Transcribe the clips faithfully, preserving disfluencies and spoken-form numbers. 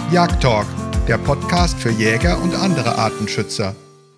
Jagdtalk, der Podcast für Jäger und andere Artenschützer.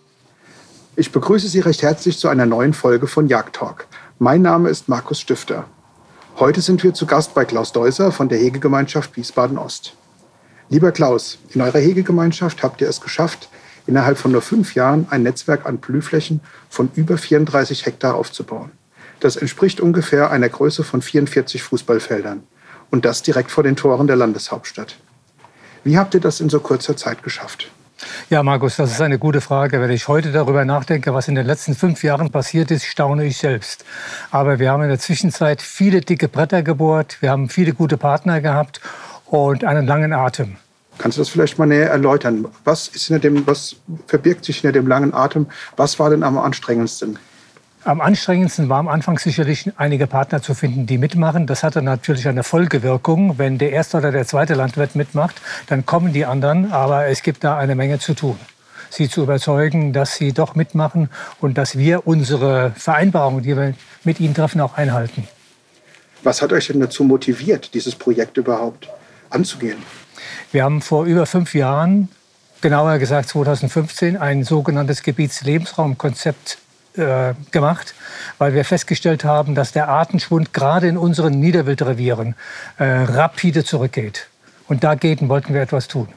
Ich begrüße Sie recht herzlich zu einer neuen Folge von Jagdtalk. Mein Name ist Markus Stifter. Heute sind wir zu Gast bei Klaus Deuser von der Hegegemeinschaft Wiesbaden-Ost. Lieber Klaus, in eurer Hegegemeinschaft habt ihr es geschafft, innerhalb von nur fünf Jahren ein Netzwerk an Blühflächen von über vierunddreißig Hektar aufzubauen. Das entspricht ungefähr einer Größe von vierundvierzig Fußballfeldern. Und das direkt vor den Toren der Landeshauptstadt. Wie habt ihr das in so kurzer Zeit geschafft? Ja, Markus, das ist eine gute Frage. Wenn ich heute darüber nachdenke, was in den letzten fünf Jahren passiert ist, staune ich selbst. Aber wir haben in der Zwischenzeit viele dicke Bretter gebohrt, wir haben viele gute Partner gehabt und einen langen Atem. Kannst du das vielleicht mal näher erläutern? Was ist hinter dem, was verbirgt sich hinter dem langen Atem? Was war denn am anstrengendsten? Am anstrengendsten war am Anfang sicherlich, einige Partner zu finden, die mitmachen. Das hatte natürlich eine Folgewirkung. Wenn der erste oder der zweite Landwirt mitmacht, dann kommen die anderen. Aber es gibt da eine Menge zu tun. Sie zu überzeugen, dass sie doch mitmachen und dass wir unsere Vereinbarungen, die wir mit ihnen treffen, auch einhalten. Was hat euch denn dazu motiviert, dieses Projekt überhaupt anzugehen? Wir haben vor über fünf Jahren, genauer gesagt zweitausendfünfzehn, ein sogenanntes Gebietslebensraumkonzept äh, gemacht, weil wir festgestellt haben, dass der Artenschwund gerade in unseren Niederwildrevieren äh, rapide zurückgeht. Und dagegen wollten wir etwas tun.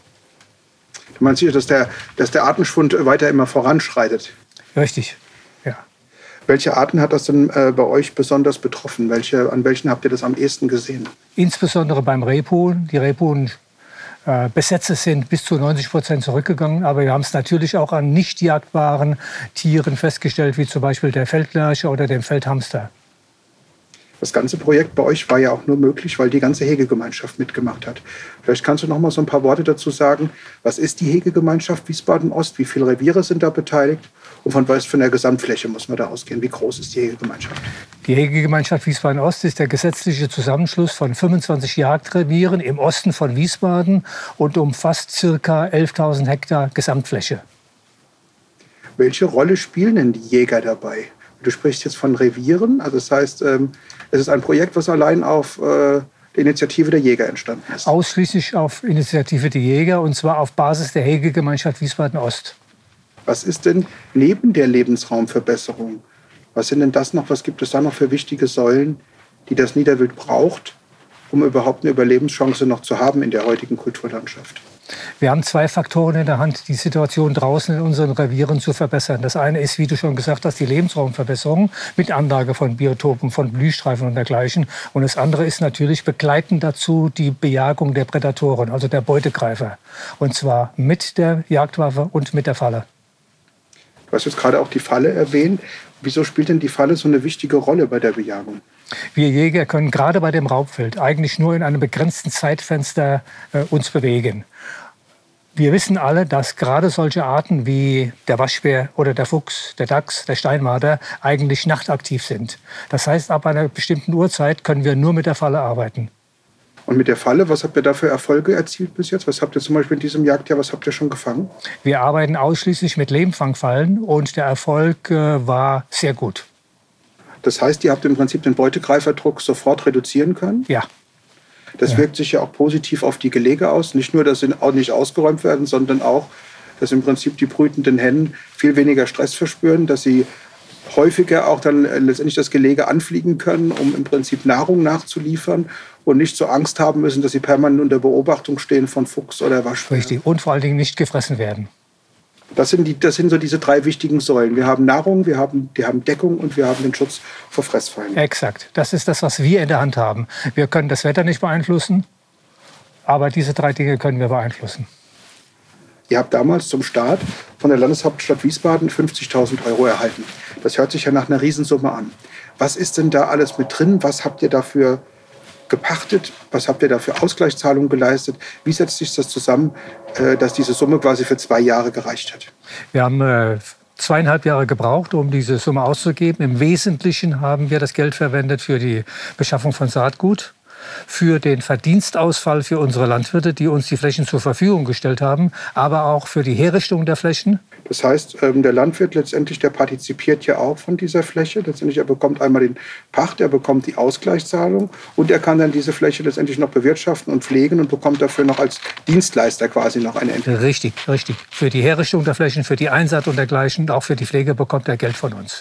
Du meinst sicher, dass der, dass der Artenschwund weiter immer voranschreitet? Richtig, ja. Welche Arten hat das denn äh, bei euch besonders betroffen? Welche, an welchen habt ihr das am ehesten gesehen? Insbesondere beim Rebhuhn. Die Rebhuhn Äh, Besätze sind bis zu neunzig Prozent zurückgegangen. Aber wir haben es natürlich auch an nicht jagdbaren Tieren festgestellt, wie zum Beispiel der Feldlerche oder dem Feldhamster. Das ganze Projekt bei euch war ja auch nur möglich, weil die ganze Hegegemeinschaft mitgemacht hat. Vielleicht kannst du noch mal so ein paar Worte dazu sagen. Was ist die Hegegemeinschaft Wiesbaden-Ost? Wie viele Reviere sind da beteiligt? Und von was für einer Gesamtfläche muss man da ausgehen? Wie groß ist die Hegegemeinschaft? Die Hegegemeinschaft Wiesbaden-Ost ist der gesetzliche Zusammenschluss von fünfundzwanzig Jagdrevieren im Osten von Wiesbaden und umfasst ca. elftausend Hektar Gesamtfläche. Welche Rolle spielen denn die Jäger dabei? Du sprichst jetzt von Revieren, also das heißt, es ist ein Projekt, was allein auf der Initiative der Jäger entstanden ist. Ausschließlich auf Initiative der Jäger, und zwar auf Basis der Hegegemeinschaft Wiesbaden-Ost. Was ist denn neben der Lebensraumverbesserung? Was sind denn das noch? Was gibt es da noch für wichtige Säulen, die das Niederwild braucht, um überhaupt eine Überlebenschance noch zu haben in der heutigen Kulturlandschaft? Wir haben zwei Faktoren in der Hand, die Situation draußen in unseren Revieren zu verbessern. Das eine ist, wie du schon gesagt hast, die Lebensraumverbesserung mit Anlage von Biotopen, von Blühstreifen und dergleichen. Und das andere ist natürlich begleitend dazu die Bejagung der Prädatoren, also der Beutegreifer. Und zwar mit der Jagdwaffe und mit der Falle. Du hast jetzt gerade auch die Falle erwähnt. Wieso spielt denn die Falle so eine wichtige Rolle bei der Bejagung? Wir Jäger können gerade bei dem Raubwild eigentlich nur in einem begrenzten Zeitfenster äh, uns bewegen. Wir wissen alle, dass gerade solche Arten wie der Waschbär oder der Fuchs, der Dachs, der Steinmarder eigentlich nachtaktiv sind. Das heißt, ab einer bestimmten Uhrzeit können wir nur mit der Falle arbeiten. Und mit der Falle, was habt ihr da für Erfolge erzielt bis jetzt? Was habt ihr zum Beispiel in diesem Jagdjahr, was habt ihr schon gefangen? Wir arbeiten ausschließlich mit Lehmfangfallen und der Erfolg äh, war sehr gut. Das heißt, ihr habt im Prinzip den Beutegreiferdruck sofort reduzieren können? Ja. Das ja. wirkt sich ja auch positiv auf die Gelege aus. Nicht nur, dass sie auch nicht ausgeräumt werden, sondern auch, dass im Prinzip die brütenden Hennen viel weniger Stress verspüren, dass sie häufiger auch dann letztendlich das Gelege anfliegen können, um im Prinzip Nahrung nachzuliefern und nicht so Angst haben müssen, dass sie permanent unter Beobachtung stehen von Fuchs oder Waschbär. Richtig. Und vor allen Dingen nicht gefressen werden. Das sind, die, das sind so diese drei wichtigen Säulen. Wir haben Nahrung, wir haben, wir haben Deckung und wir haben den Schutz vor Fressfeinden. Exakt. Das ist das, was wir in der Hand haben. Wir können das Wetter nicht beeinflussen, aber diese drei Dinge können wir beeinflussen. Ihr habt damals zum Start von der Landeshauptstadt Wiesbaden fünfzigtausend Euro erhalten. Das hört sich ja nach einer Riesensumme an. Was ist denn da alles mit drin? Was habt ihr dafür gepachtet? Was habt ihr da für Ausgleichszahlungen geleistet? Wie setzt sich das zusammen, dass diese Summe quasi für zwei Jahre gereicht hat? Wir haben äh, zweieinhalb Jahre gebraucht, um diese Summe auszugeben. Im Wesentlichen haben wir das Geld verwendet für die Beschaffung von Saatgut, für den Verdienstausfall für unsere Landwirte, die uns die Flächen zur Verfügung gestellt haben, aber auch für die Herrichtung der Flächen. Das heißt, der Landwirt letztendlich, der partizipiert ja auch von dieser Fläche. Letztendlich, er bekommt einmal den Pacht, er bekommt die Ausgleichszahlung und er kann dann diese Fläche letztendlich noch bewirtschaften und pflegen und bekommt dafür noch als Dienstleister quasi noch eine Entlohnung. Richtig, richtig. Für die Herrichtung der Flächen, für die Einsaat und dergleichen, auch für die Pflege bekommt er Geld von uns.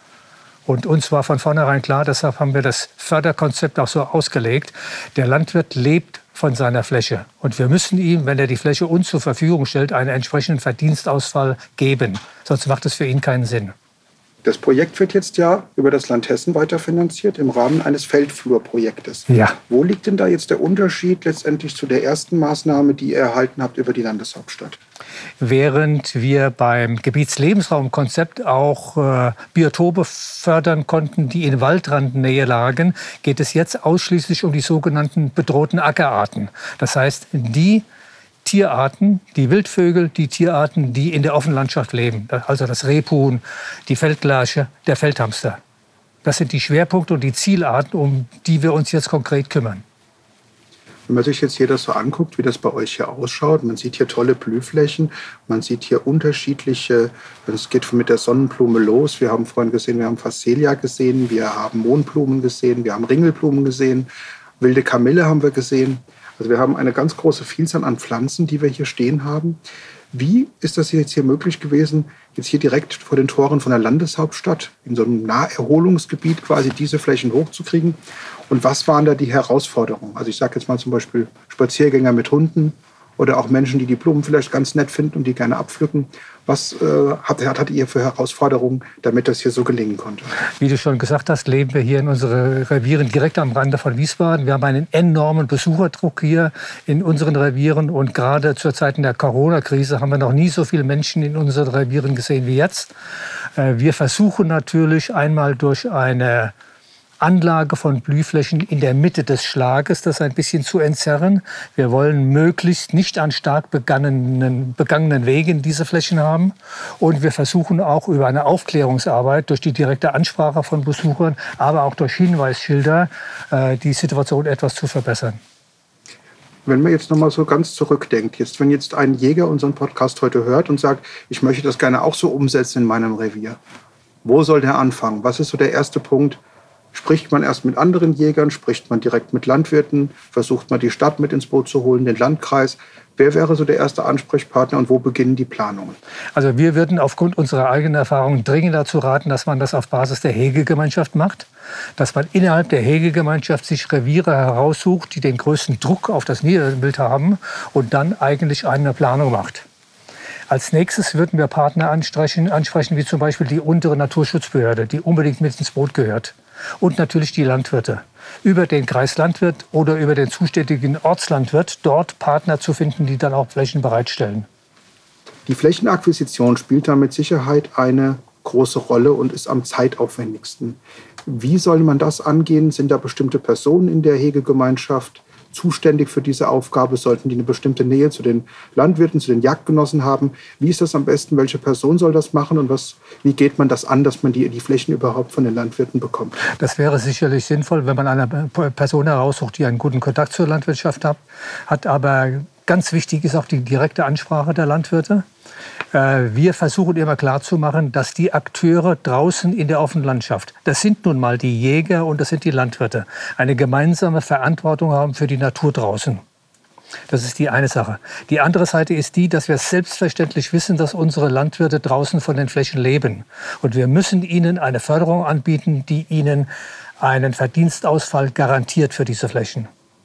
Und uns war von vornherein klar, deshalb haben wir das Förderkonzept auch so ausgelegt. Der Landwirt lebt von seiner Fläche. Und wir müssen ihm, wenn er die Fläche uns zur Verfügung stellt, einen entsprechenden Verdienstausfall geben. Sonst macht es für ihn keinen Sinn. Das Projekt wird jetzt ja über das Land Hessen weiterfinanziert im Rahmen eines Feldflurprojektes. Ja. Wo liegt denn da jetzt der Unterschied letztendlich zu der ersten Maßnahme, die ihr erhalten habt über die Landeshauptstadt? Während wir beim Gebietslebensraumkonzept auch äh, Biotope fördern konnten, die in Waldrandnähe lagen, geht es jetzt ausschließlich um die sogenannten bedrohten Ackerarten. Das heißt, die Tierarten, die Wildvögel, die Tierarten, die in der Offenlandschaft leben. Also das Rebhuhn, die Feldlerche, der Feldhamster. Das sind die Schwerpunkte und die Zielarten, um die wir uns jetzt konkret kümmern. Wenn man sich jetzt hier das so anguckt, wie das bei euch hier ausschaut, man sieht hier tolle Blühflächen, man sieht hier unterschiedliche, es geht mit der Sonnenblume los. Wir haben vorhin gesehen, wir haben Phacelia gesehen, wir haben Mohnblumen gesehen, wir haben Ringelblumen gesehen, wilde Kamille haben wir gesehen. Also wir haben eine ganz große Vielzahl an Pflanzen, die wir hier stehen haben. Wie ist das jetzt hier möglich gewesen, jetzt hier direkt vor den Toren von der Landeshauptstadt in so einem Naherholungsgebiet quasi diese Flächen hochzukriegen? Und was waren da die Herausforderungen? Also ich sage jetzt mal zum Beispiel Spaziergänger mit Hunden oder auch Menschen, die die Blumen vielleicht ganz nett finden und die gerne abpflücken. Was äh, hat, hattet ihr für Herausforderungen, damit das hier so gelingen konnte? Wie du schon gesagt hast, leben wir hier in unseren Revieren direkt am Rande von Wiesbaden. Wir haben einen enormen Besucherdruck hier in unseren Revieren. Und gerade zur Zeit der Corona-Krise haben wir noch nie so viele Menschen in unseren Revieren gesehen wie jetzt. Äh, wir versuchen natürlich einmal durch eine Anlage von Blühflächen in der Mitte des Schlages, das ein bisschen zu entzerren. Wir wollen möglichst nicht an stark begangenen, begangenen Wegen diese Flächen haben. Und wir versuchen auch über eine Aufklärungsarbeit, durch die direkte Ansprache von Besuchern, aber auch durch Hinweisschilder, die Situation etwas zu verbessern. Wenn man jetzt noch mal so ganz zurückdenkt, jetzt, wenn jetzt ein Jäger unseren Podcast heute hört und sagt, ich möchte das gerne auch so umsetzen in meinem Revier, wo soll der anfangen? Was ist so der erste Punkt? Spricht man erst mit anderen Jägern, spricht man direkt mit Landwirten, versucht man die Stadt mit ins Boot zu holen, den Landkreis. Wer wäre so der erste Ansprechpartner und wo beginnen die Planungen? Also wir würden aufgrund unserer eigenen Erfahrungen dringend dazu raten, dass man das auf Basis der Hegegemeinschaft macht. Dass man innerhalb der Hegegemeinschaft sich Reviere heraussucht, die den größten Druck auf das Niederwild haben und dann eigentlich eine Planung macht. Als nächstes würden wir Partner ansprechen, ansprechen, wie zum Beispiel die untere Naturschutzbehörde, die unbedingt mit ins Boot gehört. Und natürlich die Landwirte. Über den Kreislandwirt oder über den zuständigen Ortslandwirt dort Partner zu finden, die dann auch Flächen bereitstellen. Die Flächenakquisition spielt da mit Sicherheit eine große Rolle und ist am zeitaufwendigsten. Wie soll man das angehen? Sind da bestimmte Personen in der Hegegemeinschaft zuständig für diese Aufgabe? Sollten die eine bestimmte Nähe zu den Landwirten, zu den Jagdgenossen haben? Wie ist das am besten? Welche Person soll das machen? Und was, wie geht man das an, dass man die, die Flächen überhaupt von den Landwirten bekommt? Das wäre sicherlich sinnvoll, wenn man eine Person heraussucht, die einen guten Kontakt zur Landwirtschaft hat. hat aber ganz wichtig ist auch die direkte Ansprache der Landwirte. Wir versuchen immer klarzumachen, dass die Akteure draußen in der offenen Landschaft, das sind nun mal die Jäger und das sind die Landwirte, eine gemeinsame Verantwortung haben für die Natur draußen. Das ist die eine Sache. Die andere Seite ist die, dass wir selbstverständlich wissen, dass unsere Landwirte draußen von den Flächen leben. Und wir müssen ihnen eine Förderung anbieten, die ihnen einen Verdienstausfall garantiert für diese Flächen.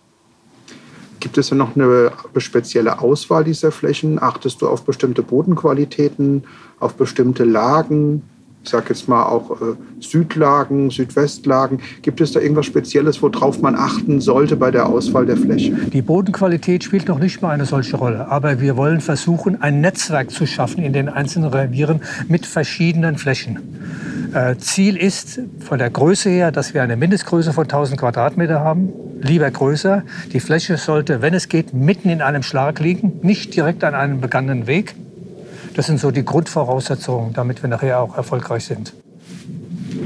Gibt es denn noch eine spezielle Auswahl dieser Flächen? Achtest du auf bestimmte Bodenqualitäten, auf bestimmte Lagen? Ich sage jetzt mal auch äh, Südlagen, Südwestlagen. Gibt es da irgendwas Spezielles, worauf man achten sollte bei der Auswahl der Fläche? Die Bodenqualität spielt noch nicht mal eine solche Rolle. Aber wir wollen versuchen, ein Netzwerk zu schaffen in den einzelnen Revieren mit verschiedenen Flächen. Äh, Ziel ist von der Größe her, dass wir eine Mindestgröße von tausend Quadratmeter haben. Lieber größer. Die Fläche sollte, wenn es geht, mitten in einem Schlag liegen, nicht direkt an einem begangenen Weg. Das sind so die Grundvoraussetzungen, damit wir nachher auch erfolgreich sind.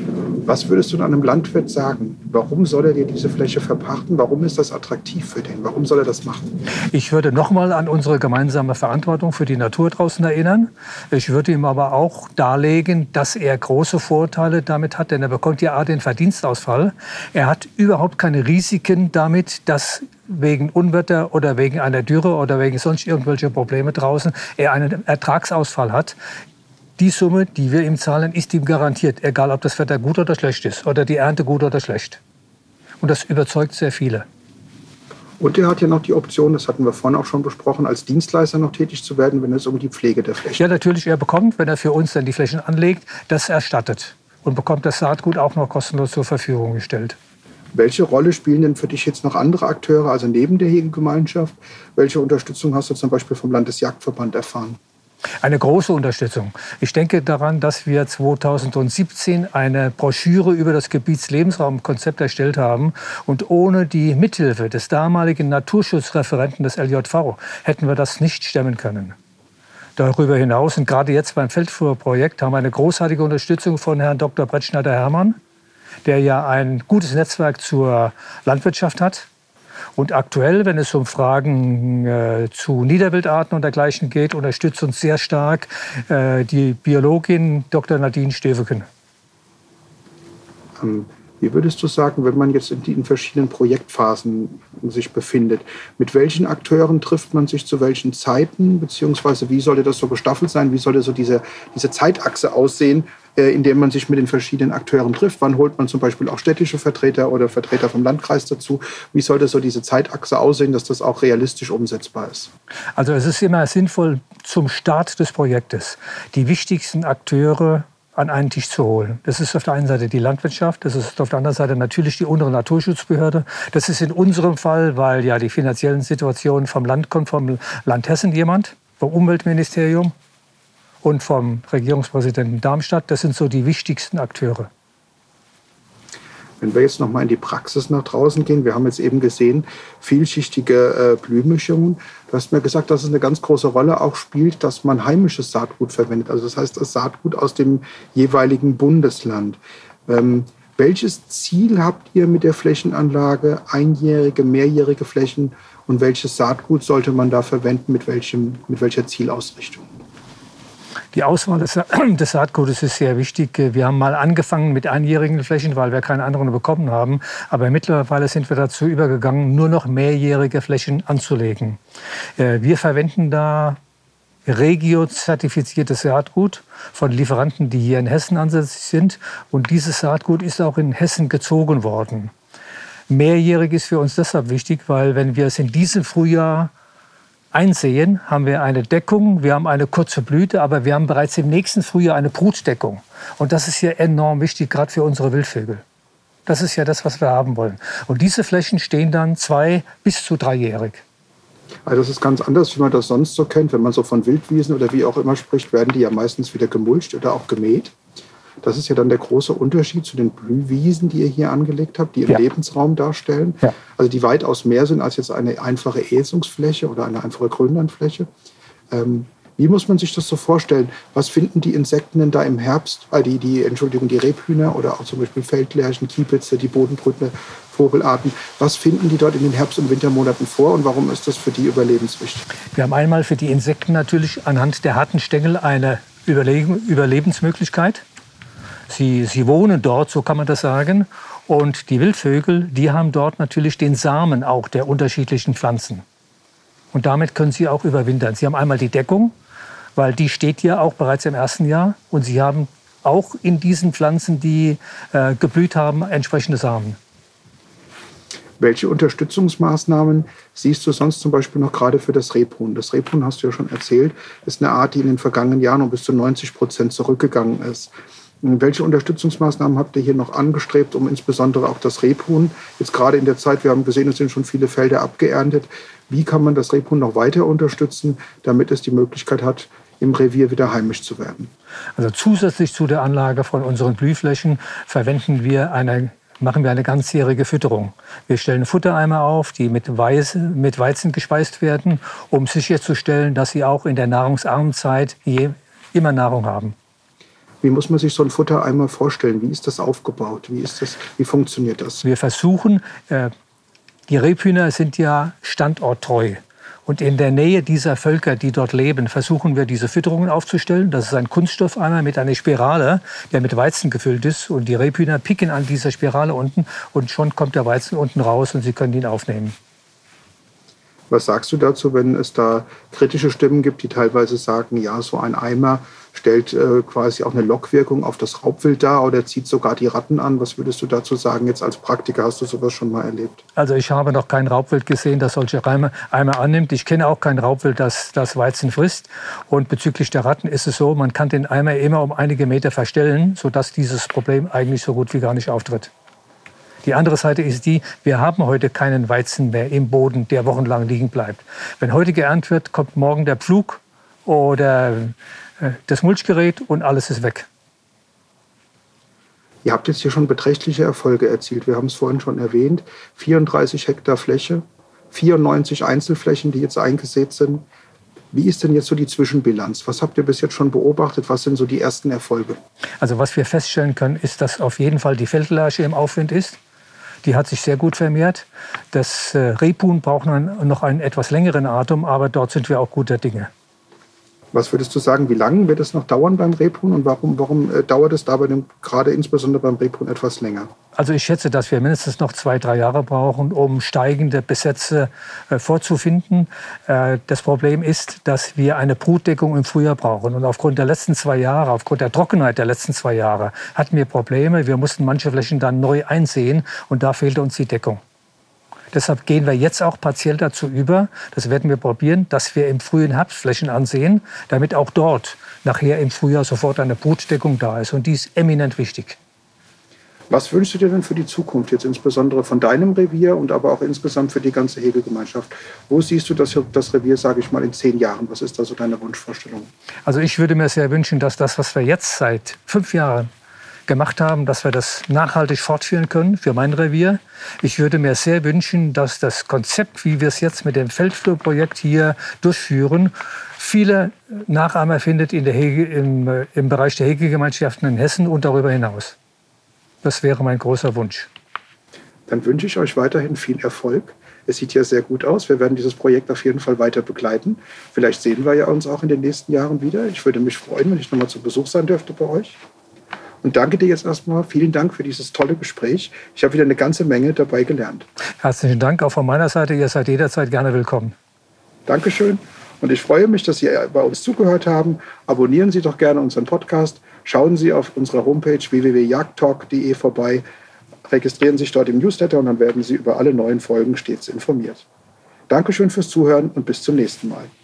Was würdest du einem Landwirt sagen? Warum soll er dir diese Fläche verpachten? Warum ist das attraktiv für den? Warum soll er das machen? Ich würde nochmal an unsere gemeinsame Verantwortung für die Natur draußen erinnern. Ich würde ihm aber auch darlegen, dass er große Vorteile damit hat, denn er bekommt ja A, den Verdienstausfall. Er hat überhaupt keine Risiken damit, dass wegen Unwetter oder wegen einer Dürre oder wegen sonst irgendwelche Probleme draußen er einen Ertragsausfall hat. Die Summe, die wir ihm zahlen, ist ihm garantiert, egal ob das Wetter gut oder schlecht ist oder die Ernte gut oder schlecht. Und das überzeugt sehr viele. Und er hat ja noch die Option, das hatten wir vorhin auch schon besprochen, als Dienstleister noch tätig zu werden, wenn es um die Pflege der Flächen geht. Ja, natürlich, er bekommt, wenn er für uns dann die Flächen anlegt, das erstattet und bekommt das Saatgut auch noch kostenlos zur Verfügung gestellt. Welche Rolle spielen denn für dich jetzt noch andere Akteure, also neben der Hegegemeinschaft? Welche Unterstützung hast du zum Beispiel vom Landesjagdverband erfahren? Eine große Unterstützung. Ich denke daran, dass wir zweitausendsiebzehn eine Broschüre über das Gebietslebensraumkonzept erstellt haben. Und ohne die Mithilfe des damaligen Naturschutzreferenten des L J V hätten wir das nicht stemmen können. Darüber hinaus, und gerade jetzt beim Feldflurprojekt, haben wir eine großartige Unterstützung von Herrn Doktor Brettschneider-Hermann, der ja ein gutes Netzwerk zur Landwirtschaft hat. Und aktuell, wenn es um Fragen äh, zu Niederwildarten und dergleichen geht, unterstützt uns sehr stark äh, die Biologin Doktor Nadine Steveken. Ähm, wie würdest du sagen, wenn man jetzt in, die, in verschiedenen Projektphasen sich befindet, mit welchen Akteuren trifft man sich zu welchen Zeiten, beziehungsweise wie sollte das so gestaffelt sein, wie sollte so diese, diese Zeitachse aussehen, äh, in der man sich mit den verschiedenen Akteuren trifft? Wann holt man zum Beispiel auch städtische Vertreter oder Vertreter vom Landkreis dazu? Wie sollte so diese Zeitachse aussehen, dass das auch realistisch umsetzbar ist? Also es ist immer sinnvoll, zum Start des Projektes die wichtigsten Akteure an einen Tisch zu holen. Das ist auf der einen Seite die Landwirtschaft, das ist auf der anderen Seite natürlich die untere Naturschutzbehörde. Das ist in unserem Fall, weil ja die finanziellen Situationen vom Land kommt, vom Land Hessen jemand, vom Umweltministerium und vom Regierungspräsidenten Darmstadt. Das sind so die wichtigsten Akteure. Wenn wir jetzt noch mal in die Praxis nach draußen gehen, wir haben jetzt eben gesehen, vielschichtige äh, Blühmischungen. Du hast mir gesagt, dass es eine ganz große Rolle auch spielt, dass man heimisches Saatgut verwendet. Also das heißt, das Saatgut aus dem jeweiligen Bundesland. Ähm, welches Ziel habt ihr mit der Flächenanlage? Einjährige, mehrjährige Flächen? Und welches Saatgut sollte man da verwenden? Mit, welchem, mit welcher Zielausrichtung? Die Auswahl des, des Saatgutes ist sehr wichtig. Wir haben mal angefangen mit einjährigen Flächen, weil wir keine anderen bekommen haben. Aber mittlerweile sind wir dazu übergegangen, nur noch mehrjährige Flächen anzulegen. Wir verwenden da regio-zertifiziertes Saatgut von Lieferanten, die hier in Hessen ansässig sind. Und dieses Saatgut ist auch in Hessen gezogen worden. Mehrjährig ist für uns deshalb wichtig, weil wenn wir es in diesem Frühjahr einsehen, haben wir eine Deckung, wir haben eine kurze Blüte, aber wir haben bereits im nächsten Frühjahr eine Brutdeckung. Und das ist ja enorm wichtig, gerade für unsere Wildvögel. Das ist ja das, was wir haben wollen. Und diese Flächen stehen dann zwei- bis zu dreijährig. Also das ist ganz anders, wie man das sonst so kennt. Wenn man so von Wildwiesen oder wie auch immer spricht, werden die ja meistens wieder gemulcht oder auch gemäht. Das ist ja dann der große Unterschied zu den Blühwiesen, die ihr hier angelegt habt, die im ja. Lebensraum darstellen. Ja. Also die weitaus mehr sind als jetzt eine einfache Äsungsfläche oder eine einfache Grünlandfläche. Ähm, wie muss man sich das so vorstellen? Was finden die Insekten denn da im Herbst? Äh, die, die, Entschuldigung, die Rebhühner oder auch zum Beispiel Feldlerchen, Kiepitze, die bodenbrütende Vogelarten. Was finden die dort in den Herbst- und Wintermonaten vor und warum ist das für die überlebenswichtig? Wir haben einmal für die Insekten natürlich anhand der harten Stängel eine Überle- Überlebensmöglichkeit. Sie, sie wohnen dort, so kann man das sagen. Und die Wildvögel, die haben dort natürlich den Samen auch der unterschiedlichen Pflanzen. Und damit können sie auch überwintern. Sie haben einmal die Deckung, weil die steht ja auch bereits im ersten Jahr. Und sie haben auch in diesen Pflanzen, die äh, geblüht haben, entsprechende Samen. Welche Unterstützungsmaßnahmen siehst du sonst zum Beispiel noch gerade für das Rebhuhn? Das Rebhuhn, hast du ja schon erzählt, ist eine Art, die in den vergangenen Jahren um bis zu neunzig Prozent zurückgegangen ist. Welche Unterstützungsmaßnahmen habt ihr hier noch angestrebt, um insbesondere auch das Rebhuhn, jetzt gerade in der Zeit, wir haben gesehen, es sind schon viele Felder abgeerntet, wie kann man das Rebhuhn noch weiter unterstützen, damit es die Möglichkeit hat, im Revier wieder heimisch zu werden? Also zusätzlich zu der Anlage von unseren Blühflächen verwenden wir eine, machen wir eine ganzjährige Fütterung. Wir stellen Futtereimer auf, die mit, Weizen, mit Weizen gespeist werden, um sicherzustellen, dass sie auch in der nahrungsarmen Zeit je, immer Nahrung haben. Wie muss man sich so ein Futtereimer vorstellen? Wie ist das aufgebaut? Wie ist das, wie funktioniert das? Wir versuchen, äh, die Rebhühner sind ja standorttreu. Und in der Nähe dieser Völker, die dort leben, versuchen wir, diese Fütterungen aufzustellen. Das ist ein Kunststoffeimer mit einer Spirale, der mit Weizen gefüllt ist. Und die Rebhühner picken an dieser Spirale unten und schon kommt der Weizen unten raus und sie können ihn aufnehmen. Was sagst du dazu, wenn es da kritische Stimmen gibt, die teilweise sagen, ja, so ein Eimer stellt äh, quasi auch eine Lockwirkung auf das Raubwild dar oder zieht sogar die Ratten an? Was würdest du dazu sagen? Jetzt als Praktiker hast du sowas schon mal erlebt? Also ich habe noch kein Raubwild gesehen, das solche Eimer, Eimer annimmt. Ich kenne auch kein Raubwild, das das Weizen frisst. Und bezüglich der Ratten ist es so, man kann den Eimer immer um einige Meter verstellen, sodass dieses Problem eigentlich so gut wie gar nicht auftritt. Die andere Seite ist die, wir haben heute keinen Weizen mehr im Boden, der wochenlang liegen bleibt. Wenn heute geerntet wird, kommt morgen der Pflug oder äh, das Mulchgerät und alles ist weg. Ihr habt jetzt hier schon beträchtliche Erfolge erzielt. Wir haben es vorhin schon erwähnt. vierunddreißig Hektar Fläche, vierundneunzig Einzelflächen, die jetzt eingesät sind. Wie ist denn jetzt so die Zwischenbilanz? Was habt ihr bis jetzt schon beobachtet? Was sind so die ersten Erfolge? Also was wir feststellen können, ist, dass auf jeden Fall die Feldlärche im Aufwind ist. Die hat sich sehr gut vermehrt. Das äh, Rebhuhn braucht noch einen etwas längeren Atem, aber dort sind wir auch guter Dinge. Was würdest du sagen, wie lange wird es noch dauern beim Rebhuhn und warum, warum äh, dauert es da bei dem, gerade insbesondere beim Rebhuhn etwas länger? Also ich schätze, dass wir mindestens noch zwei, drei Jahre brauchen, um steigende Besätze äh, vorzufinden. Äh, das Problem ist, dass wir eine Brutdeckung im Frühjahr brauchen. Und aufgrund der letzten zwei Jahre, aufgrund der Trockenheit der letzten zwei Jahre, hatten wir Probleme. Wir mussten manche Flächen dann neu einsehen und da fehlte uns die Deckung. Deshalb gehen wir jetzt auch partiell dazu über, das werden wir probieren, dass wir im frühen Herbst Flächen ansehen, damit auch dort nachher im Frühjahr sofort eine Brutdeckung da ist. Und die ist eminent wichtig. Was wünschst du dir denn für die Zukunft, jetzt insbesondere von deinem Revier und aber auch insgesamt für die ganze Hegegemeinschaft? Wo siehst du das, das Revier, sage ich mal, in zehn Jahren? Was ist da so deine Wunschvorstellung? Also ich würde mir sehr wünschen, dass das, was wir jetzt seit fünf Jahren gemacht haben, dass wir das nachhaltig fortführen können für mein Revier. Ich würde mir sehr wünschen, dass das Konzept, wie wir es jetzt mit dem Feldflurprojekt hier durchführen, viele Nachahmer findet in der Hege, im, im Bereich der Hegegemeinschaften in Hessen und darüber hinaus. Das wäre mein großer Wunsch. Dann wünsche ich euch weiterhin viel Erfolg. Es sieht ja sehr gut aus. Wir werden dieses Projekt auf jeden Fall weiter begleiten. Vielleicht sehen wir ja uns auch in den nächsten Jahren wieder. Ich würde mich freuen, wenn ich noch mal zu Besuch sein dürfte bei euch. Und danke dir jetzt erstmal. Vielen Dank für dieses tolle Gespräch. Ich habe wieder eine ganze Menge dabei gelernt. Herzlichen Dank auch von meiner Seite. Ihr seid jederzeit gerne willkommen. Dankeschön. Und ich freue mich, dass Sie bei uns zugehört haben. Abonnieren Sie doch gerne unseren Podcast. Schauen Sie auf unserer Homepage w w w punkt jagdtalk punkt de vorbei. Registrieren Sie sich dort im Newsletter und dann werden Sie über alle neuen Folgen stets informiert. Dankeschön fürs Zuhören und bis zum nächsten Mal.